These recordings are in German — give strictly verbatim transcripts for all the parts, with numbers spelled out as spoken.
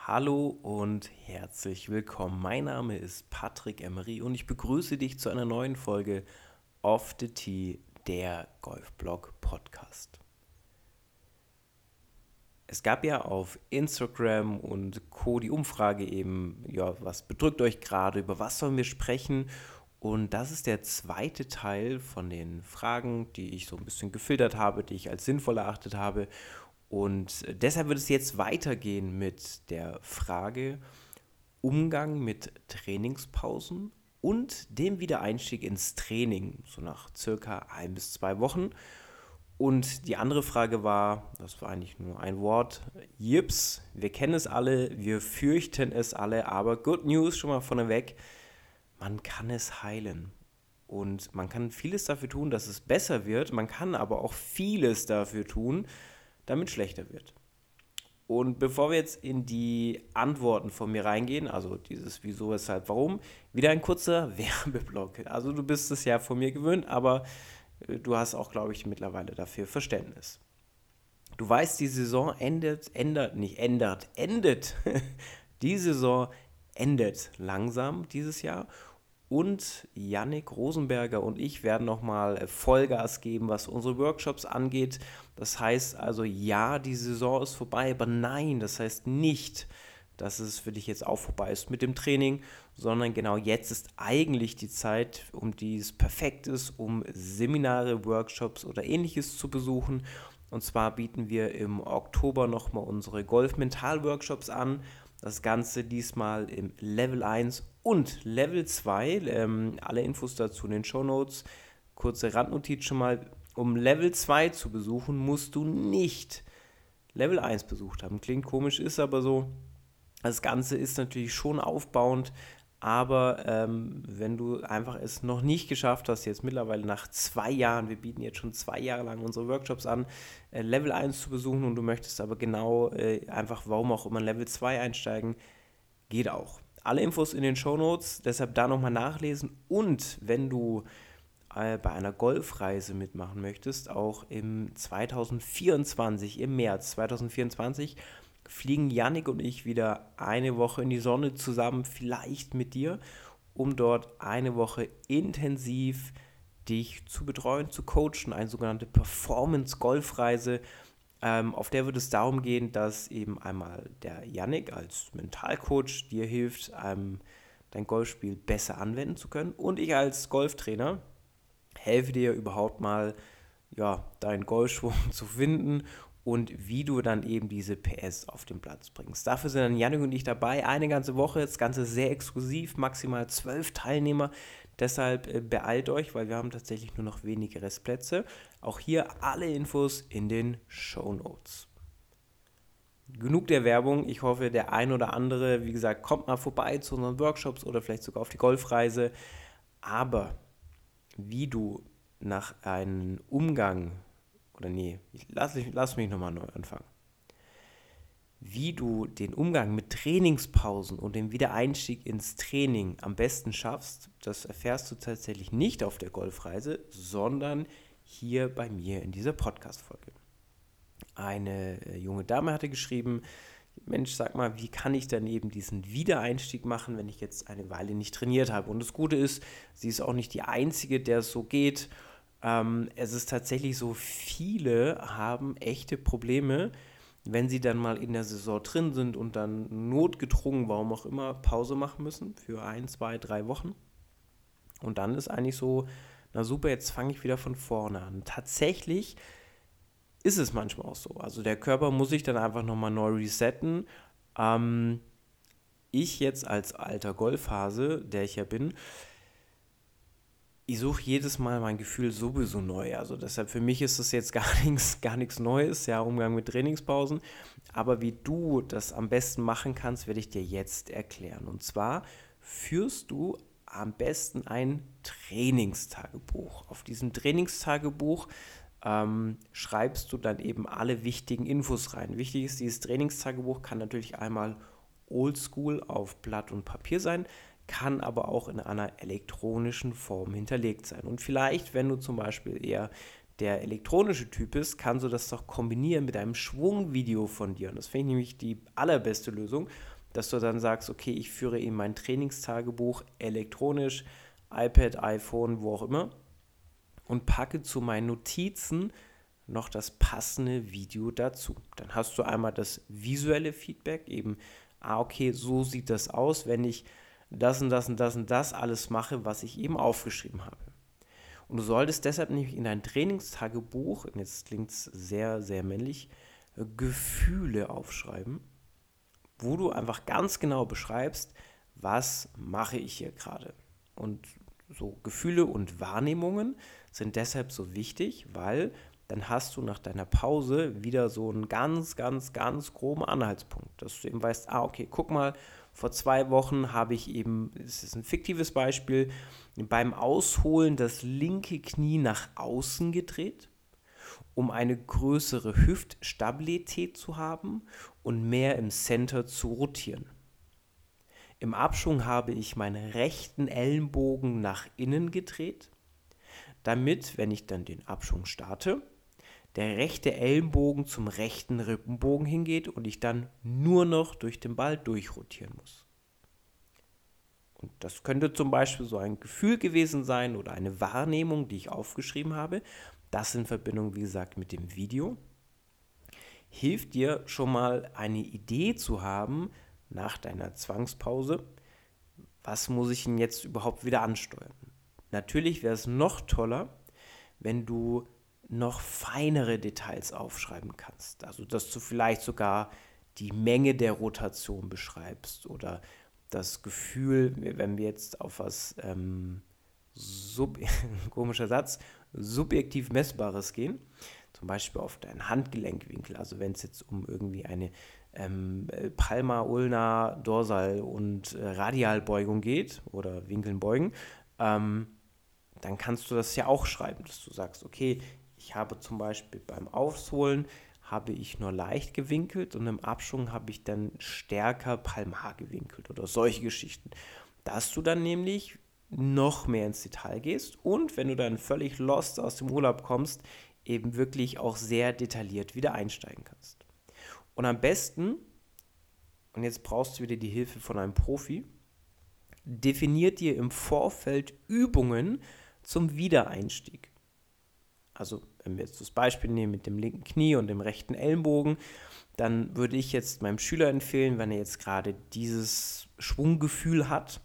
Hallo und herzlich willkommen. Mein Name ist Patrick Emery und ich begrüße dich zu einer neuen Folge Off the Tee, der Golfblog Podcast. Es gab ja auf Instagram und Co. die Umfrage eben, ja, was bedrückt euch gerade, über was sollen wir sprechen? Und das ist der zweite Teil von den Fragen, die ich so ein bisschen gefiltert habe, die ich als sinnvoll erachtet habe. Und deshalb wird es jetzt weitergehen mit der Frage Umgang mit Trainingspausen und dem Wiedereinstieg ins Training, so nach circa ein bis zwei Wochen. Und die andere Frage war, das war eigentlich nur ein Wort, Jips, wir kennen es alle, wir fürchten es alle, aber Good News schon mal vorneweg, man kann es heilen. Und man kann vieles dafür tun, dass es besser wird, man kann aber auch vieles dafür tun, damit es schlechter wird. Und bevor wir jetzt in die Antworten von mir reingehen, also dieses Wieso, Weshalb, Warum, wieder ein kurzer Werbeblock. Also du bist es ja von mir gewöhnt, aber äh, du hast auch, glaube ich, mittlerweile dafür Verständnis. Du weißt, die Saison endet, ändert, nicht ändert, endet. Die Saison endet langsam dieses Jahr. Und Yannick Rosenberger und ich werden nochmal Vollgas geben, was unsere Workshops angeht. Das heißt also, ja, die Saison ist vorbei, aber nein, das heißt nicht, dass es für dich jetzt auch vorbei ist mit dem Training, sondern genau jetzt ist eigentlich die Zeit, um die es perfekt ist, um Seminare, Workshops oder ähnliches zu besuchen. Und zwar bieten wir im Oktober nochmal unsere Golf-Mental-Workshops an. Das Ganze diesmal im Level eins und Level zwei. Ähm, alle Infos dazu in den Shownotes. Kurze Randnotiz schon mal. Um Level zwei zu besuchen, musst du nicht Level eins besucht haben. Klingt komisch, ist aber so. Das Ganze ist natürlich schon aufbauend, aber ähm, wenn du einfach es noch nicht geschafft hast, jetzt mittlerweile nach zwei Jahren, wir bieten jetzt schon zwei Jahre lang unsere Workshops an, äh, Level eins zu besuchen und du möchtest aber genau äh, einfach, warum auch immer, Level zwei einsteigen, geht auch. Alle Infos in den Shownotes, deshalb da nochmal nachlesen und wenn du äh, bei einer Golfreise mitmachen möchtest, auch im zwanzig vierundzwanzig, im März zwanzig vierundzwanzig, fliegen Yannick und ich wieder eine Woche in die Sonne zusammen, vielleicht mit dir, um dort eine Woche intensiv dich zu betreuen, zu coachen, eine sogenannte Performance-Golfreise. Ähm, auf der wird es darum gehen, dass eben einmal der Yannick als Mentalcoach dir hilft, ähm, dein Golfspiel besser anwenden zu können und ich als Golftrainer helfe dir überhaupt mal, ja, deinen Golfschwung zu finden und wie du dann eben diese P S auf den Platz bringst. Dafür sind dann Janik und ich dabei, eine ganze Woche, das Ganze sehr exklusiv, maximal zwölf Teilnehmer. Deshalb äh, beeilt euch, weil wir haben tatsächlich nur noch wenige Restplätze. Auch hier alle Infos in den Shownotes. Genug der Werbung. Ich hoffe, der ein oder andere, wie gesagt, kommt mal vorbei zu unseren Workshops oder vielleicht sogar auf die Golfreise. Aber wie du nach einem Umgang, oder nee, ich, lass, lass mich nochmal neu anfangen. Wie du den Umgang mit Trainingspausen und den Wiedereinstieg ins Training am besten schaffst, das erfährst du tatsächlich nicht auf der Golfreise, sondern hier bei mir in dieser Podcast-Folge. Eine junge Dame hatte geschrieben, Mensch, sag mal, wie kann ich dann eben diesen Wiedereinstieg machen, wenn ich jetzt eine Weile nicht trainiert habe? Und das Gute ist, sie ist auch nicht die Einzige, der es so geht. Ähm, es ist tatsächlich so, viele haben echte Probleme, wenn sie dann mal in der Saison drin sind und dann notgedrungen, warum auch immer, Pause machen müssen für ein, zwei, drei Wochen. Und dann ist eigentlich so, na super, jetzt fange ich wieder von vorne an. Tatsächlich ist es manchmal auch so. Also der Körper muss sich dann einfach nochmal neu resetten. Ähm, ich jetzt als alter Golfhase, der ich ja bin, ich suche jedes Mal mein Gefühl sowieso neu. Also deshalb für mich ist das jetzt gar nichts, gar nichts Neues, ja, Umgang mit Trainingspausen. Aber wie du das am besten machen kannst, werde ich dir jetzt erklären. Und zwar führst du am besten ein Trainingstagebuch. Auf diesem Trainingstagebuch ähm, schreibst du dann eben alle wichtigen Infos rein. Wichtig ist, dieses Trainingstagebuch kann natürlich einmal oldschool auf Blatt und Papier sein, kann aber auch in einer elektronischen Form hinterlegt sein. Und vielleicht, wenn du zum Beispiel eher der elektronische Typ bist, kannst du das doch kombinieren mit einem Schwungvideo von dir. Und das finde ich nämlich die allerbeste Lösung. dass du dann sagst, okay, ich führe eben mein Trainingstagebuch elektronisch, iPad, iPhone, wo auch immer, und packe zu meinen Notizen noch das passende Video dazu. Dann hast du einmal das visuelle Feedback, eben, ah, okay, so sieht das aus, wenn ich das und das und das und das alles mache, was ich eben aufgeschrieben habe. Und du solltest deshalb nämlich in dein Trainingstagebuch, und jetzt klingt es sehr, sehr männlich, Gefühle aufschreiben, wo du einfach ganz genau beschreibst, was mache ich hier gerade. Und so Gefühle und Wahrnehmungen sind deshalb so wichtig, weil dann hast du nach deiner Pause wieder so einen ganz, ganz, ganz groben Anhaltspunkt, dass du eben weißt, ah, okay, guck mal, vor zwei Wochen habe ich eben, das ist ein fiktives Beispiel, beim Ausholen das linke Knie nach außen gedreht, um eine größere Hüftstabilität zu haben und mehr im Center zu rotieren. Im Abschwung habe ich meinen rechten Ellenbogen nach innen gedreht, damit, wenn ich dann den Abschwung starte, der rechte Ellenbogen zum rechten Rippenbogen hingeht und ich dann nur noch durch den Ball durchrotieren muss. Und das könnte zum Beispiel so ein Gefühl gewesen sein oder eine Wahrnehmung, die ich aufgeschrieben habe. Das in Verbindung, wie gesagt, mit dem Video. Hilft dir schon mal eine Idee zu haben nach deiner Zwangspause, was muss ich denn jetzt überhaupt wieder ansteuern? Natürlich wäre es noch toller, wenn du noch feinere Details aufschreiben kannst. Also, dass du vielleicht sogar die Menge der Rotation beschreibst oder das Gefühl, wenn wir jetzt auf was, ähm, sub- komischer Satz, subjektiv Messbares gehen, zum Beispiel auf deinen Handgelenkwinkel, also wenn es jetzt um irgendwie eine ähm, Palma, Ulna, Dorsal und äh, Radialbeugung geht oder Winkelnbeugen, ähm, dann kannst du das ja auch schreiben, dass du sagst, okay, ich habe zum Beispiel beim Ausholen habe ich nur leicht gewinkelt und im Abschwung habe ich dann stärker palmar gewinkelt oder solche Geschichten. Dass du dann nämlich noch mehr ins Detail gehst und wenn du dann völlig lost aus dem Urlaub kommst, eben wirklich auch sehr detailliert wieder einsteigen kannst. Und am besten, und jetzt brauchst du wieder die Hilfe von einem Profi, definiert dir im Vorfeld Übungen zum Wiedereinstieg. Also wenn wir jetzt das Beispiel nehmen mit dem linken Knie und dem rechten Ellenbogen, dann würde ich jetzt meinem Schüler empfehlen, wenn er jetzt gerade dieses Schwunggefühl hat,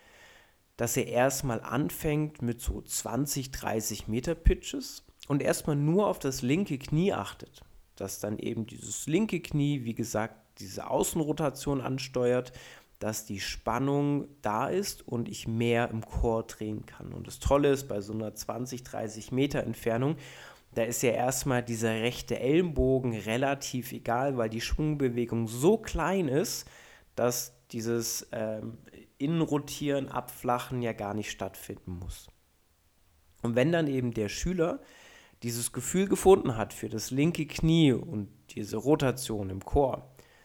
dass er erstmal anfängt mit so zwanzig, dreißig Meter Pitches und erstmal nur auf das linke Knie achtet. Dass dann eben dieses linke Knie, wie gesagt, diese Außenrotation ansteuert, dass die Spannung da ist und ich mehr im Core drehen kann. Und das Tolle ist, bei so einer zwanzig, dreißig Meter Entfernung, da ist ja erstmal dieser rechte Ellenbogen relativ egal, weil die Schwungbewegung so klein ist, dass dieses ähm, Innenrotieren, Abflachen ja gar nicht stattfinden muss. Und wenn dann eben der Schüler dieses Gefühl gefunden hat für das linke Knie und diese Rotation im Core,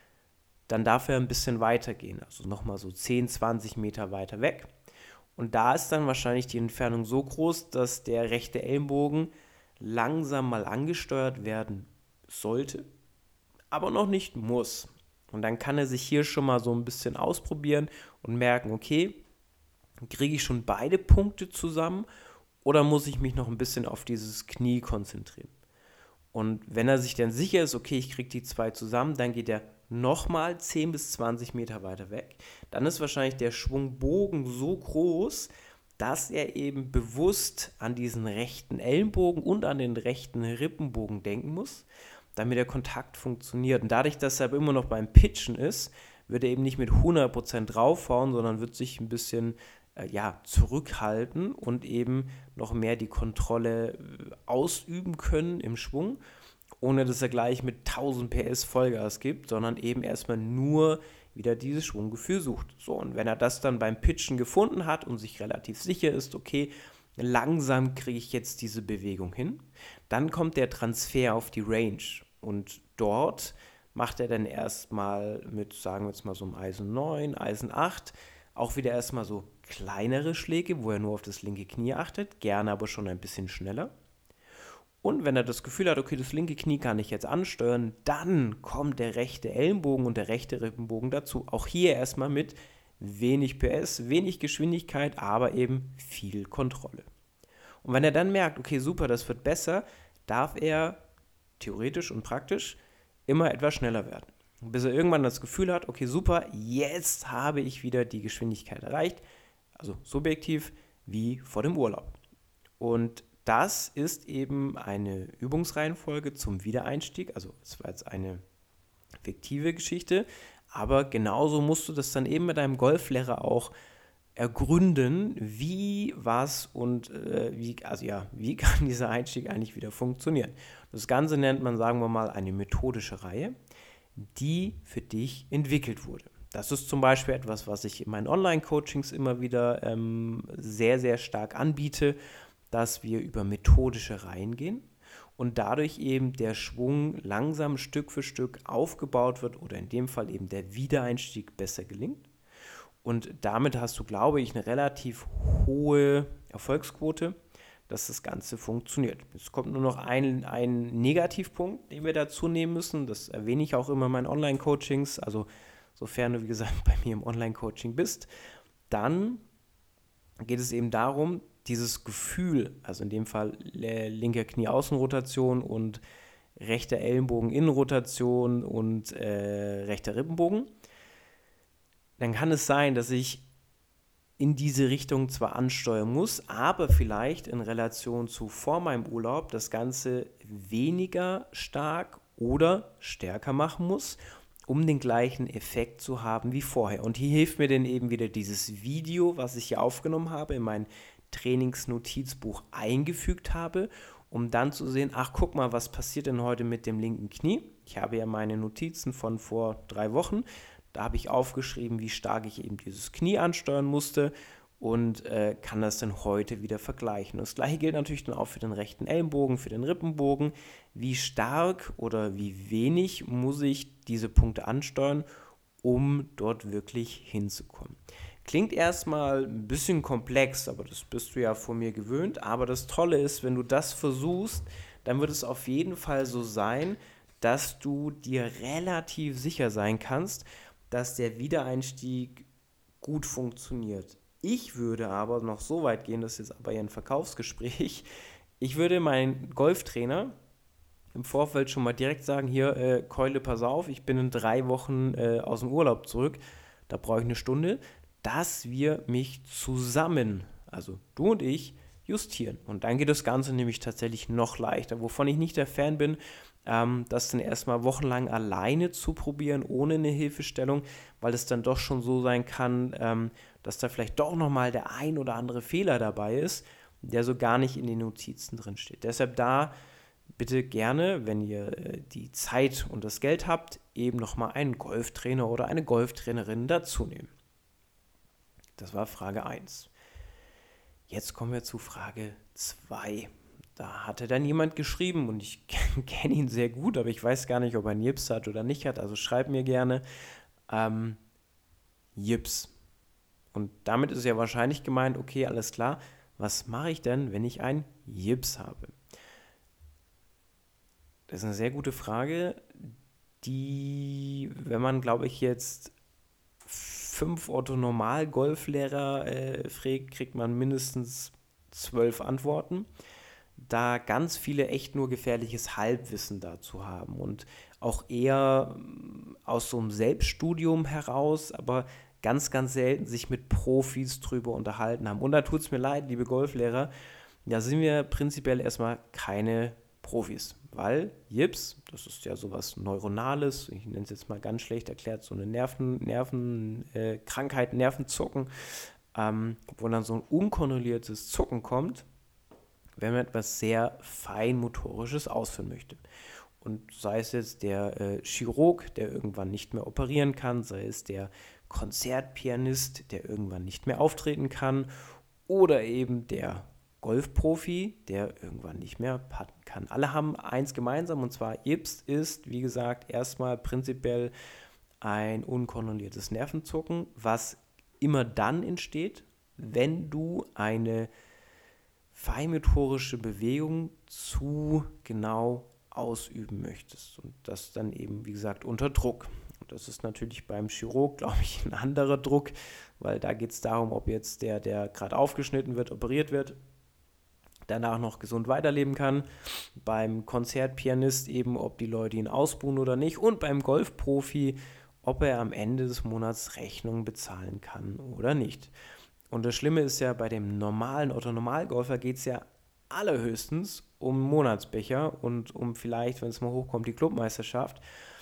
dann darf er ein bisschen weitergehen, also nochmal so zehn, zwanzig Meter weiter weg. Und da ist dann wahrscheinlich die Entfernung so groß, dass der rechte Ellenbogen langsam mal angesteuert werden sollte, aber noch nicht muss. Und dann kann er sich hier schon mal so ein bisschen ausprobieren und merken, okay, kriege ich schon beide Punkte zusammen oder muss ich mich noch ein bisschen auf dieses Knie konzentrieren? Und wenn er sich dann sicher ist, okay, ich kriege die zwei zusammen, dann geht er nochmal zehn bis zwanzig Meter weiter weg. Dann ist wahrscheinlich der Schwungbogen so groß, dass er eben bewusst an diesen rechten Ellenbogen und an den rechten Rippenbogen denken muss, damit der Kontakt funktioniert. Und dadurch, dass er aber immer noch beim Pitchen ist, wird er eben nicht mit hundert Prozent draufhauen, sondern wird sich ein bisschen äh, ja, zurückhalten und eben noch mehr die Kontrolle äh, ausüben können im Schwung, ohne dass er gleich mit tausend P S Vollgas gibt, sondern eben erstmal nur wieder dieses Schwunggefühl sucht. So, und wenn er das dann beim Pitchen gefunden hat und sich relativ sicher ist, okay, langsam kriege ich jetzt diese Bewegung hin, dann kommt der Transfer auf die Range und dort macht er dann erstmal mit, sagen wir jetzt mal so einem Eisen neun, Eisen acht, auch wieder erstmal so kleinere Schläge, wo er nur auf das linke Knie achtet, gerne aber schon ein bisschen schneller. Und wenn er das Gefühl hat, okay, das linke Knie kann ich jetzt ansteuern, dann kommt der rechte Ellenbogen und der rechte Rippenbogen dazu. Auch hier erstmal mit wenig P S, wenig Geschwindigkeit, aber eben viel Kontrolle. Und wenn er dann merkt, okay, super, das wird besser, darf er theoretisch und praktisch immer etwas schneller werden. Bis er irgendwann das Gefühl hat, okay, super, jetzt habe ich wieder die Geschwindigkeit erreicht, also subjektiv wie vor dem Urlaub. Und das ist eben eine Übungsreihenfolge zum Wiedereinstieg, also es war jetzt eine fiktive Geschichte, aber genauso musst du das dann eben mit deinem Golflehrer auch ergründen, wie, was und äh, wie, also ja, wie kann dieser Einstieg eigentlich wieder funktionieren. Das Ganze nennt man, sagen wir mal, eine methodische Reihe, die für dich entwickelt wurde. Das ist zum Beispiel etwas, was ich in meinen Online-Coachings immer wieder ähm, sehr, sehr stark anbiete, dass wir über methodische Reihen gehen und dadurch eben der Schwung langsam Stück für Stück aufgebaut wird oder in dem Fall eben der Wiedereinstieg besser gelingt. Und damit hast du, glaube ich, eine relativ hohe Erfolgsquote, dass das Ganze funktioniert. Es kommt nur noch ein, ein Negativpunkt, den wir dazu nehmen müssen. Das erwähne ich auch immer in meinen Online-Coachings. Also sofern du, wie gesagt, bei mir im Online-Coaching bist, dann geht es eben darum, dieses Gefühl, also in dem Fall äh, linker Knieaußenrotation und rechter Ellenbogen-Innenrotation und äh, rechter Rippenbogen, dann kann es sein, dass ich in diese Richtung zwar ansteuern muss, aber vielleicht in Relation zu vor meinem Urlaub das Ganze weniger stark oder stärker machen muss, um den gleichen Effekt zu haben wie vorher. Und hier hilft mir dann eben wieder dieses Video, was ich hier aufgenommen habe, in mein Trainingsnotizbuch eingefügt habe, um dann zu sehen, ach guck mal, was passiert denn heute mit dem linken Knie? Ich habe ja meine Notizen von vor drei Wochen. Da habe ich aufgeschrieben, wie stark ich eben dieses Knie ansteuern musste und äh, kann das dann heute wieder vergleichen. Das gleiche gilt natürlich dann auch für den rechten Ellenbogen, für den Rippenbogen. Wie stark oder wie wenig muss ich diese Punkte ansteuern, um dort wirklich hinzukommen. Klingt erstmal ein bisschen komplex, aber das bist du ja von mir gewöhnt. Aber das Tolle ist, wenn du das versuchst, dann wird es auf jeden Fall so sein, dass du dir relativ sicher sein kannst, dass der Wiedereinstieg gut funktioniert. Ich würde aber noch so weit gehen, das ist jetzt aber ja ein Verkaufsgespräch, ich würde meinen Golftrainer im Vorfeld schon mal direkt sagen, hier, äh, Keule, pass auf, ich bin in drei Wochen äh, aus dem Urlaub zurück, da brauche ich eine Stunde, dass wir mich zusammen, also du und ich, justieren. Und dann geht das Ganze nämlich tatsächlich noch leichter. Wovon ich nicht der Fan bin, ähm, das dann erstmal wochenlang alleine zu probieren, ohne eine Hilfestellung, weil es dann doch schon so sein kann, ähm, dass da vielleicht doch nochmal der ein oder andere Fehler dabei ist, der so gar nicht in den Notizen drin steht. Deshalb da bitte gerne, wenn ihr äh, die Zeit und das Geld habt, eben nochmal einen Golftrainer oder eine Golftrainerin dazu nehmen. Das war Frage eins. Jetzt kommen wir zu Frage zwei. Da hatte dann jemand geschrieben und ich kenne ihn sehr gut, aber ich weiß gar nicht, ob er einen Jips hat oder nicht hat, also schreib mir gerne. Ähm, Jips. Und damit ist ja wahrscheinlich gemeint, okay, alles klar, was mache ich denn, wenn ich einen Jips habe? Das ist eine sehr gute Frage, die, wenn man, glaube ich, jetzt fünf Otto-Normal-Golflehrer äh, fragt, kriegt man mindestens zwölf Antworten, da ganz viele echt nur gefährliches Halbwissen dazu haben und auch eher aus so einem Selbststudium heraus, aber ganz, ganz selten sich mit Profis drüber unterhalten haben. Und da tut es mir leid, liebe Golflehrer, da sind wir prinzipiell erstmal keine Profis, weil Jips, das ist ja sowas Neuronales, ich nenne es jetzt mal ganz schlecht erklärt, so eine Nerven, Nerven, äh, Krankheit, Nervenzucken, ähm, wo dann so ein unkontrolliertes Zucken kommt, wenn man etwas sehr Feinmotorisches ausführen möchte. Und sei es jetzt der äh, Chirurg, der irgendwann nicht mehr operieren kann, sei es der Konzertpianist, der irgendwann nicht mehr auftreten kann, oder eben der Golfprofi, der irgendwann nicht mehr putten kann. Alle haben eins gemeinsam, und zwar Jips ist, wie gesagt, erstmal prinzipiell ein unkontrolliertes Nervenzucken, was immer dann entsteht, wenn du eine feinmotorische Bewegung zu genau ausüben möchtest. Und das dann eben, wie gesagt, unter Druck. Und das ist natürlich beim Chirurg, glaube ich, ein anderer Druck, weil da geht es darum, ob jetzt der, der gerade aufgeschnitten wird, operiert wird, danach noch gesund weiterleben kann. Beim Konzertpianist eben, ob die Leute ihn ausbuhen oder nicht. Und beim Golfprofi, ob er am Ende des Monats Rechnungen bezahlen kann oder nicht. Und das Schlimme ist ja, bei dem normalen Otto-Normalgolfer geht es ja allerhöchstens um Monatsbecher und um vielleicht, wenn es mal hochkommt, die Clubmeisterschaft.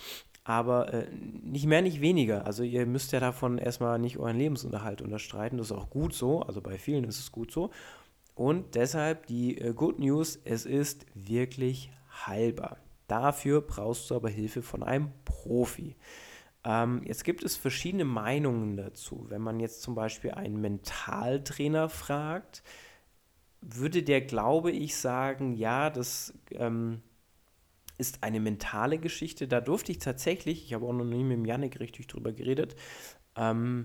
Aber äh, nicht mehr, nicht weniger. Also ihr müsst ja davon erstmal nicht euren Lebensunterhalt unterstreiten. Das ist auch gut so. Also bei vielen ist es gut so. Und deshalb die äh, Good News, es ist wirklich heilbar. Dafür brauchst du aber Hilfe von einem Profi. Ähm, jetzt gibt es verschiedene Meinungen dazu. Wenn man jetzt zum Beispiel einen Mentaltrainer fragt, würde der, glaube ich, sagen, ja, das ähm, ist eine mentale Geschichte. Da durfte ich tatsächlich, ich habe auch noch nie mit dem Jannik richtig drüber geredet, ähm,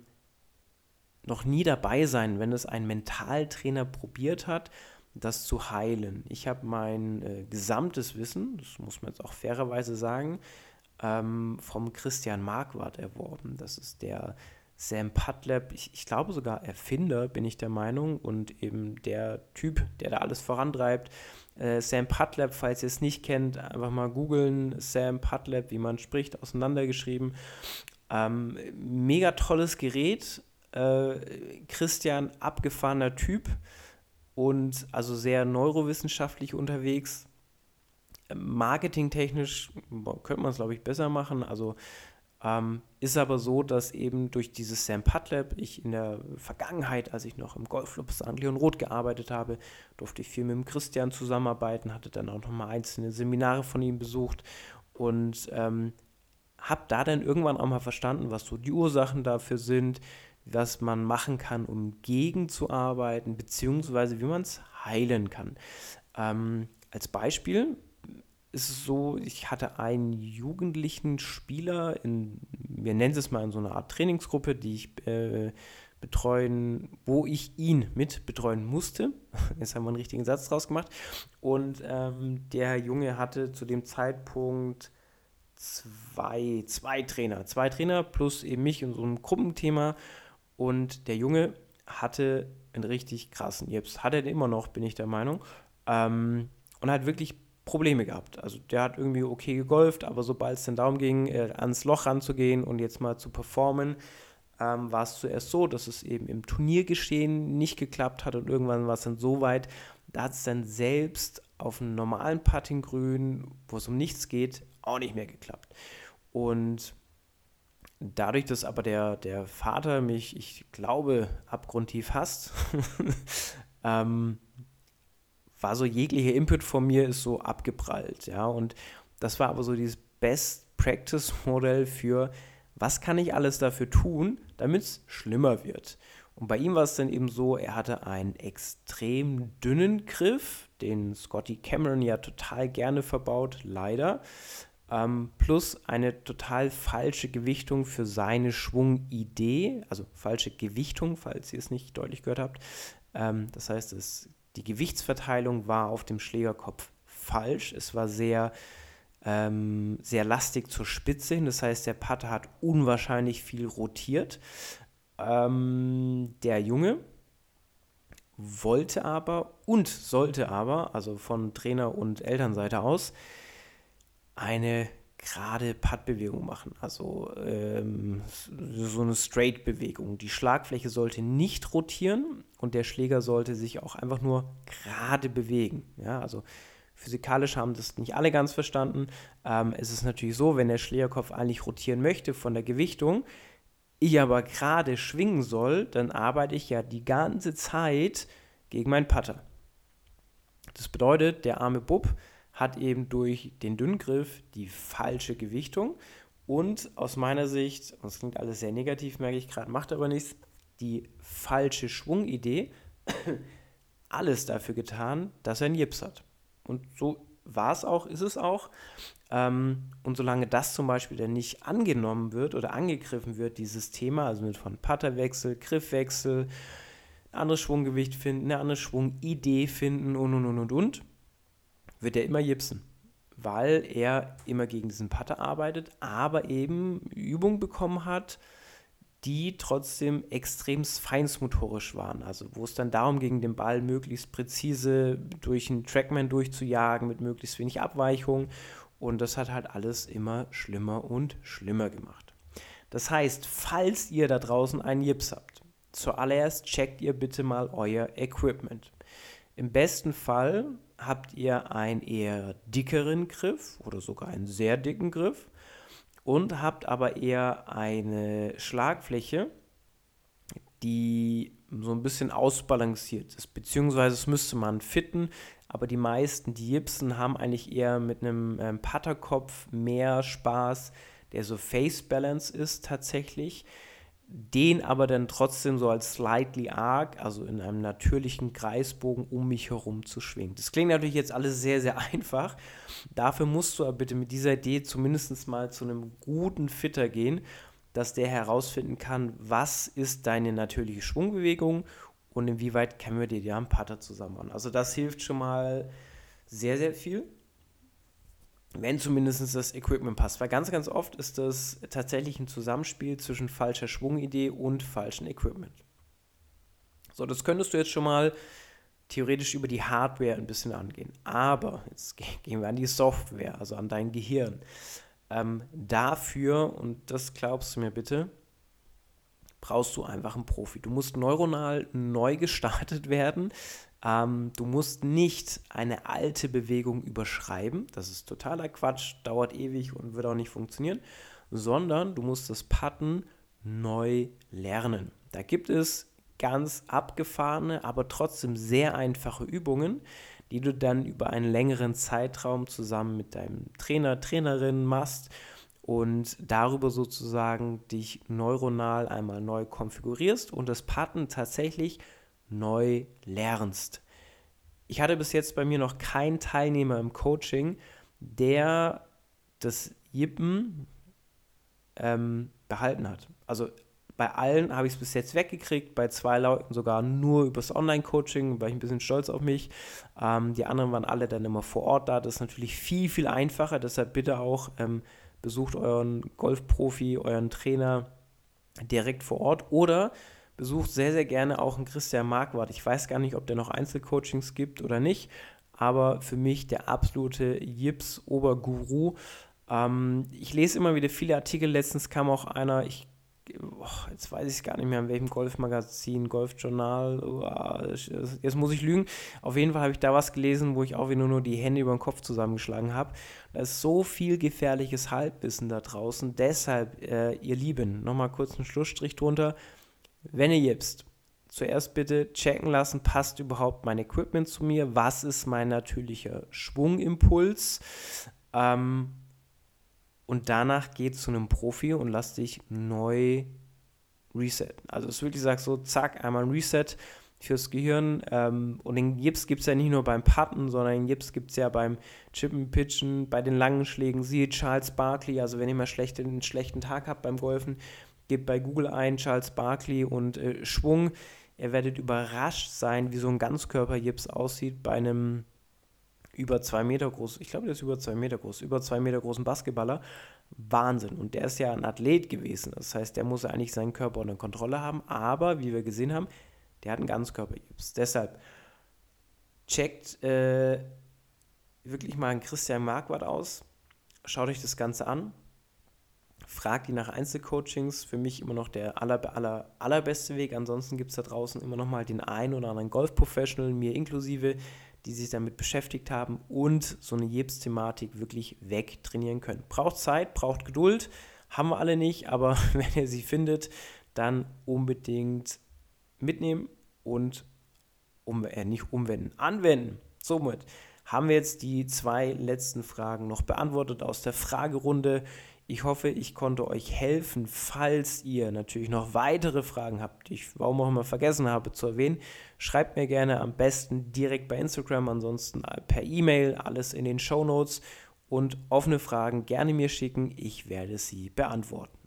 noch nie dabei sein, wenn es ein Mentaltrainer probiert hat, das zu heilen. Ich habe mein äh, gesamtes Wissen, das muss man jetzt auch fairerweise sagen, ähm, vom Christian Marquardt erworben. Das ist der Sam Putlab, ich, ich glaube sogar Erfinder, bin ich der Meinung, und eben der Typ, der da alles vorantreibt. Äh, Sam Putlab, falls ihr es nicht kennt, einfach mal googeln, Sam Putlab, wie man spricht, auseinandergeschrieben. Ähm, mega tolles Gerät. Äh, Christian, abgefahrener Typ und also sehr neurowissenschaftlich unterwegs. Marketingtechnisch boah, könnte man es, glaube ich, besser machen. Also ähm, ist aber so, dass eben durch dieses Sam Putlab ich in der Vergangenheit, als ich noch im Golfclub Sankt Leon Roth gearbeitet habe, durfte ich viel mit dem Christian zusammenarbeiten, hatte dann auch nochmal einzelne Seminare von ihm besucht und ähm, habe da dann irgendwann auch mal verstanden, was so die Ursachen dafür sind, was man machen kann, um gegenzuarbeiten, beziehungsweise wie man es heilen kann. Ähm, als Beispiel ist es so, ich hatte einen jugendlichen Spieler, in, wir nennen es mal in so einer Art Trainingsgruppe, die ich äh, betreuen, wo ich ihn mit betreuen musste. Jetzt haben wir einen richtigen Satz draus gemacht. Und ähm, der Junge hatte zu dem Zeitpunkt zwei, zwei Trainer, zwei Trainer plus eben mich in so einem Gruppenthema. Und der Junge hatte einen richtig krassen Jips. Hat er den immer noch, bin ich der Meinung. Ähm, und hat wirklich Probleme gehabt. Also der hat irgendwie okay gegolft, aber sobald es dann darum ging, äh, ans Loch ranzugehen und jetzt mal zu performen, ähm, war es zuerst so, dass es eben im Turniergeschehen nicht geklappt hat und irgendwann war es dann so weit, da hat es dann selbst auf einem normalen Puttinggrün, wo es um nichts geht, auch nicht mehr geklappt. Und dadurch, dass aber der, der Vater mich, ich glaube, abgrundtief hasst, ähm, war so jeglicher Input von mir ist so abgeprallt, ja, und das war aber so dieses Best-Practice-Modell für, was kann ich alles dafür tun, damit es schlimmer wird. Und bei ihm war es dann eben so, er hatte einen extrem dünnen Griff, den Scotty Cameron ja total gerne verbaut, leider, ähm, plus eine total falsche Gewichtung für seine Schwungidee, also falsche Gewichtung, falls ihr es nicht deutlich gehört habt. Ähm, das heißt, es die Gewichtsverteilung war auf dem Schlägerkopf falsch. Es war sehr, ähm, sehr lastig zur Spitze hin. Das heißt, der Putter hat unwahrscheinlich viel rotiert. Ähm, der Junge wollte aber und sollte aber, also von Trainer- und Elternseite aus, eine gerade Putt-Bewegung machen, also ähm, so eine Straight-Bewegung. Die Schlagfläche sollte nicht rotieren und der Schläger sollte sich auch einfach nur gerade bewegen. Ja, also physikalisch haben das nicht alle ganz verstanden. Ähm, es ist natürlich so, wenn der Schlägerkopf eigentlich rotieren möchte von der Gewichtung, ich aber gerade schwingen soll, dann arbeite ich ja die ganze Zeit gegen meinen Putter. Das bedeutet, der arme Bub hat eben durch den Dünngriff die falsche Gewichtung und aus meiner Sicht, und das klingt alles sehr negativ, merke ich gerade, macht aber nichts, die falsche Schwungidee, alles dafür getan, dass er einen Jips hat. Und so war es auch, ist es auch. Ähm, und solange das zum Beispiel dann nicht angenommen wird oder angegriffen wird, dieses Thema, also mit von Putterwechsel, Griffwechsel, anderes Schwunggewicht finden, eine andere Schwungidee finden und, und, und, und, und, wird er immer jipsen, weil er immer gegen diesen Putter arbeitet, aber eben Übungen bekommen hat, die trotzdem extrem feinmotorisch waren. Also wo es dann darum ging, den Ball möglichst präzise durch einen Trackman durchzujagen, mit möglichst wenig Abweichung. Und das hat halt alles immer schlimmer und schlimmer gemacht. Das heißt, falls ihr da draußen einen Jips habt, zuallererst checkt ihr bitte mal euer Equipment. Im besten Fall habt ihr einen eher dickeren Griff oder sogar einen sehr dicken Griff und habt aber eher eine Schlagfläche, die so ein bisschen ausbalanciert ist, beziehungsweise es müsste man fitten, aber die meisten, die jipsen, haben eigentlich eher mit einem ähm, Putterkopf mehr Spaß, der so Face Balance ist tatsächlich, den aber dann trotzdem so als slightly arc, also in einem natürlichen Kreisbogen um mich herum zu schwingen. Das klingt natürlich jetzt alles sehr, sehr einfach. Dafür musst du aber bitte mit dieser Idee zumindest mal zu einem guten Fitter gehen, dass der herausfinden kann, was ist deine natürliche Schwungbewegung und inwieweit können wir dir ja einen Putter zusammen machen. Also das hilft schon mal sehr, sehr viel, wenn zumindest das Equipment passt. Weil ganz, ganz oft ist das tatsächlich ein Zusammenspiel zwischen falscher Schwungidee und falschem Equipment. So, das könntest du jetzt schon mal theoretisch über die Hardware ein bisschen angehen. Aber jetzt gehen wir an die Software, also an dein Gehirn. Ähm, dafür, und das glaubst du mir bitte, brauchst du einfach einen Profi. Du musst neuronal neu gestartet werden. Ähm, du musst nicht eine alte Bewegung überschreiben. Das ist totaler Quatsch, dauert ewig und wird auch nicht funktionieren. Sondern du musst das Putten neu lernen. Da gibt es ganz abgefahrene, aber trotzdem sehr einfache Übungen, die du dann über einen längeren Zeitraum zusammen mit deinem Trainer, Trainerin machst und darüber sozusagen dich neuronal einmal neu konfigurierst und das Putten tatsächlich neu lernst. Ich hatte bis jetzt bei mir noch keinen Teilnehmer im Coaching, der das Jippen ähm, behalten hat. Also bei allen habe ich es bis jetzt weggekriegt, bei zwei Leuten sogar nur übers Online-Coaching, war ich ein bisschen stolz auf mich. Ähm, die anderen waren alle dann immer vor Ort da. Das ist natürlich viel, viel einfacher, deshalb bitte auch ähm, besucht euren Golfprofi, euren Trainer direkt vor Ort oder besucht sehr, sehr gerne auch einen Christian Marquardt. Ich weiß gar nicht, ob der noch Einzelcoachings gibt oder nicht, aber für mich der absolute Jips-Oberguru. Ähm, ich lese immer wieder viele Artikel. Letztens kam auch einer, ich Oh, jetzt weiß ich gar nicht mehr, in welchem Golfmagazin, Golfjournal, oh, jetzt muss ich lügen. Auf jeden Fall habe ich da was gelesen, wo ich auch wieder nur die Hände über den Kopf zusammengeschlagen habe. Da ist so viel gefährliches Halbwissen da draußen. Deshalb, äh, ihr Lieben, nochmal kurz einen Schlussstrich drunter. Wenn ihr jipst, zuerst bitte checken lassen, passt überhaupt mein Equipment zu mir? Was ist mein natürlicher Schwungimpuls? Ähm, Und danach geh zu einem Profi und lass dich neu resetten. Also es wirklich sagst so, zack, einmal ein Reset fürs Gehirn. Ähm, und den Jips gibt es ja nicht nur beim Putten, sondern den Jips gibt es ja beim Chippen, Pitchen, bei den langen Schlägen. Siehe Charles Barkley, also wenn ihr mal schlecht, einen schlechten Tag habt beim Golfen, gebt bei Google ein Charles Barkley und äh, Schwung. Ihr werdet überrascht sein, wie so ein Ganzkörper-Jips aussieht bei einem über zwei Meter groß, ich glaube, der ist über zwei Meter groß, über zwei Meter großen Basketballer. Wahnsinn. Und der ist ja ein Athlet gewesen. Das heißt, der muss ja eigentlich seinen Körper unter Kontrolle haben. Aber, wie wir gesehen haben, der hat einen Ganzkörpergips. Deshalb checkt äh, wirklich mal einen Christian Marquardt aus. Schaut euch das Ganze an. Fragt ihn nach Einzelcoachings. Für mich immer noch der aller, aller, allerbeste Weg. Ansonsten gibt es da draußen immer noch mal den einen oder anderen Golf-Professional, mir inklusive, die sich damit beschäftigt haben und so eine Jips-Thematik wirklich wegtrainieren können. Braucht Zeit, braucht Geduld, haben wir alle nicht, aber wenn ihr sie findet, dann unbedingt mitnehmen und um, äh, nicht umwenden, anwenden. Somit haben wir jetzt die zwei letzten Fragen noch beantwortet aus der Fragerunde. Ich hoffe, ich konnte euch helfen. Falls ihr natürlich noch weitere Fragen habt, die ich warum auch immer vergessen habe zu erwähnen, schreibt mir gerne am besten direkt bei Instagram, ansonsten per E-Mail, alles in den Shownotes und offene Fragen gerne mir schicken. Ich werde sie beantworten.